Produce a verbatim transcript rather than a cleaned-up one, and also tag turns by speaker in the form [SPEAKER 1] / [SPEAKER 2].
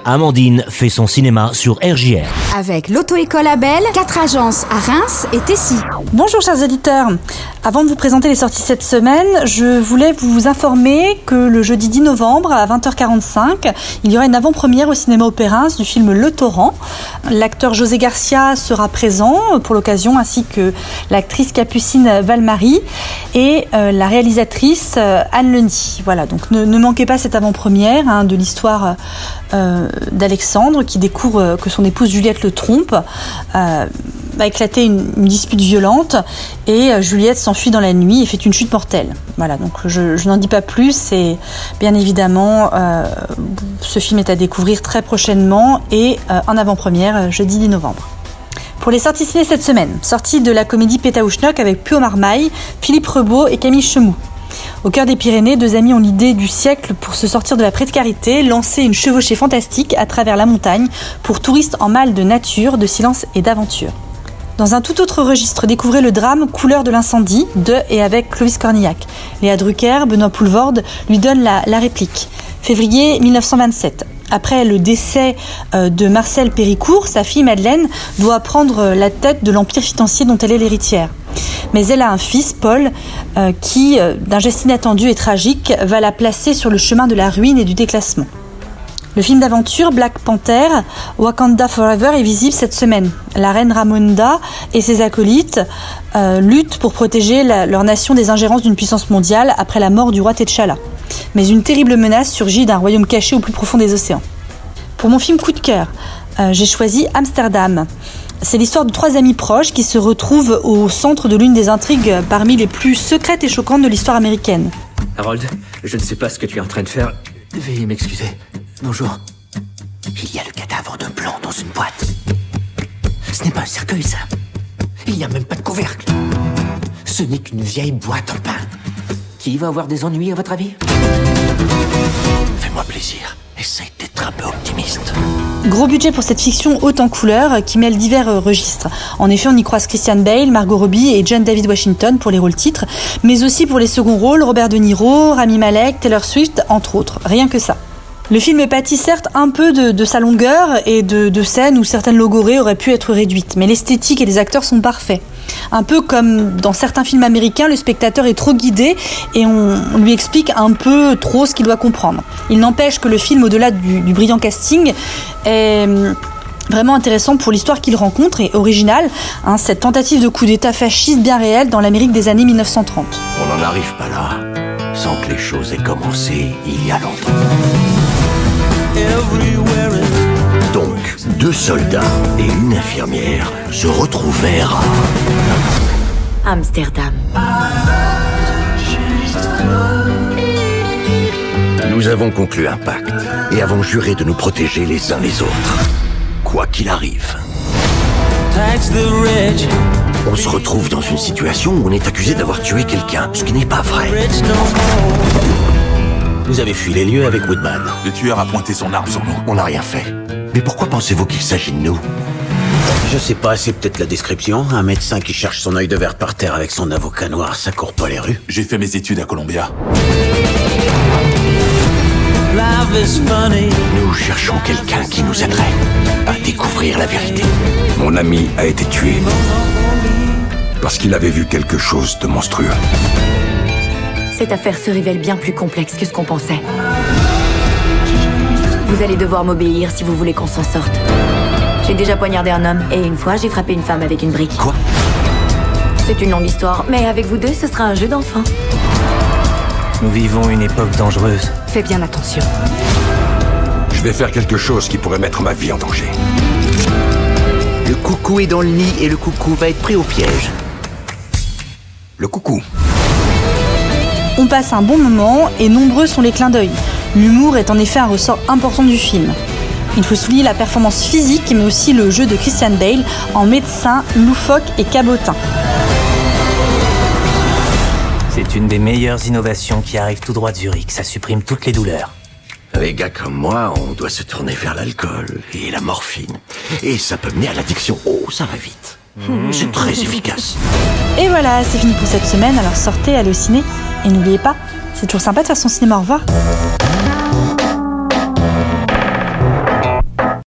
[SPEAKER 1] Amandine fait son cinéma sur R J R.
[SPEAKER 2] Avec l'auto-école Abel, quatre agences à Reims et Tessy.
[SPEAKER 3] Bonjour chers auditeurs. Avant de vous présenter les sorties cette semaine, je voulais vous informer que le jeudi dix novembre à vingt heures quarante-cinq, il y aura une avant-première au cinéma Opéra du film Le Torrent. L'acteur José Garcia sera présent pour l'occasion, ainsi que l'actrice Capucine Valmarie et euh, la réalisatrice euh, Anne Lenny. Voilà, donc ne, ne manquez pas cette avant-première hein, de l'histoire euh, d'Alexandre qui découvre que son épouse Juliette le trompe. Euh, va éclater une, une dispute violente et euh, Juliette s'enfuit dans la nuit et fait une chute mortelle. Voilà, donc je, je n'en dis pas plus et bien évidemment euh, ce film est à découvrir très prochainement et euh, en avant-première euh, jeudi dix novembre. Pour les sorties ciné cette semaine, sortie de la comédie Pétaouchnok avec Pio Marmaille, Philippe Rebaud et Camille Chemou. Au cœur des Pyrénées, deux amis ont l'idée du siècle pour se sortir de la précarité, lancer une chevauchée fantastique à travers la montagne pour touristes en mal de nature, de silence et d'aventure. Dans un tout autre registre, découvrez le drame Couleur de l'incendie de et avec Clovis Cornillac. Léa Drucker, Benoît Poulvorde lui donnent la, la réplique. Février mille neuf cent vingt-sept. Après le décès de Marcel Péricourt, sa fille Madeleine doit prendre la tête de l'empire financier dont elle est l'héritière. Mais elle a un fils, Paul, euh, qui, d'un geste inattendu et tragique, va la placer sur le chemin de la ruine et du déclassement. Le film d'aventure Black Panther, Wakanda Forever est visible cette semaine. La reine Ramonda et ses acolytes euh, luttent pour protéger la, leur nation des ingérences d'une puissance mondiale après la mort du roi T'Challa. Mais une terrible menace surgit d'un royaume caché au plus profond des océans. Pour mon film coup de cœur, euh, j'ai choisi Amsterdam. C'est l'histoire de trois amis proches qui se retrouvent au centre de l'une des intrigues parmi les plus secrètes et choquantes de l'histoire américaine.
[SPEAKER 4] Harold, je ne sais pas ce que tu es en train de faire. Veuillez m'excuser. Bonjour.
[SPEAKER 5] Il y a le cadavre d'un blanc dans une boîte. Ce n'est pas un cercueil, ça. Il n'y a même pas de couvercle. Ce n'est qu'une vieille boîte en pain. Qui va avoir des ennuis, à votre avis? Fais-moi plaisir. Essaye d'être un peu optimiste.
[SPEAKER 3] Gros budget pour cette fiction haute en couleurs qui mêle divers registres. En effet, on y croise Christian Bale, Margot Robbie et John David Washington pour les rôles titres, mais aussi pour les seconds rôles, Robert De Niro, Rami Malek, Taylor Swift, entre autres. Rien que ça. Le film est pâti certes un peu de, de sa longueur et de, de scènes où certaines logorées auraient pu être réduites, mais l'esthétique et les acteurs sont parfaits. Un peu comme dans certains films américains, le spectateur est trop guidé et on, on lui explique un peu trop ce qu'il doit comprendre. Il n'empêche que le film, au-delà du, du brillant casting, est vraiment intéressant pour l'histoire qu'il rencontre et originale, hein, cette tentative de coup d'état fasciste bien réelle dans l'Amérique des années mille neuf cent trente.
[SPEAKER 5] On n'en arrive pas là sans que les choses aient commencé il y a longtemps. Donc, deux soldats et une infirmière se retrouvèrent à
[SPEAKER 6] Amsterdam.
[SPEAKER 5] Nous avons conclu un pacte et avons juré de nous protéger les uns les autres, quoi qu'il arrive. On se retrouve dans une situation où on est accusé d'avoir tué quelqu'un, ce qui n'est pas vrai. Vous avez fui les lieux avec Woodman.
[SPEAKER 7] Le tueur a pointé son arme sur nous.
[SPEAKER 5] On n'a rien fait. Mais pourquoi pensez-vous qu'il s'agit de nous?
[SPEAKER 8] Je sais pas, c'est peut-être la description. Un médecin qui cherche son œil de verre par terre avec son avocat noir, ça court pas les rues.
[SPEAKER 7] J'ai fait mes études à Columbia.
[SPEAKER 5] Nous cherchons quelqu'un qui nous aiderait à découvrir la vérité.
[SPEAKER 9] Mon ami a été tué parce qu'il avait vu quelque chose de monstrueux.
[SPEAKER 6] Cette affaire se révèle bien plus complexe que ce qu'on pensait. Vous allez devoir m'obéir si vous voulez qu'on s'en sorte. J'ai déjà poignardé un homme et une fois j'ai frappé une femme avec une brique.
[SPEAKER 5] Quoi?
[SPEAKER 6] C'est une longue histoire, mais avec vous deux, ce sera un jeu d'enfant.
[SPEAKER 1] Nous vivons une époque dangereuse.
[SPEAKER 6] Fais bien attention.
[SPEAKER 9] Je vais faire quelque chose qui pourrait mettre ma vie en danger.
[SPEAKER 8] Le coucou est dans le nid et le coucou va être pris au piège.
[SPEAKER 9] Le coucou.
[SPEAKER 3] On passe un bon moment et nombreux sont les clins d'œil. L'humour est en effet un ressort important du film. Il faut souligner la performance physique mais aussi le jeu de Christian Bale en médecin loufoque et cabotin.
[SPEAKER 1] C'est une des meilleures innovations qui arrive tout droit de Zurich. Ça supprime toutes les douleurs.
[SPEAKER 5] Les gars comme moi, on doit se tourner vers l'alcool et la morphine. Et ça peut mener à l'addiction. Oh, ça va vite. Mmh. C'est très efficace.
[SPEAKER 3] Et voilà, c'est fini pour cette semaine. Alors sortez, allez au ciné. Et n'oubliez pas, c'est toujours sympa de faire son cinéma. Au revoir.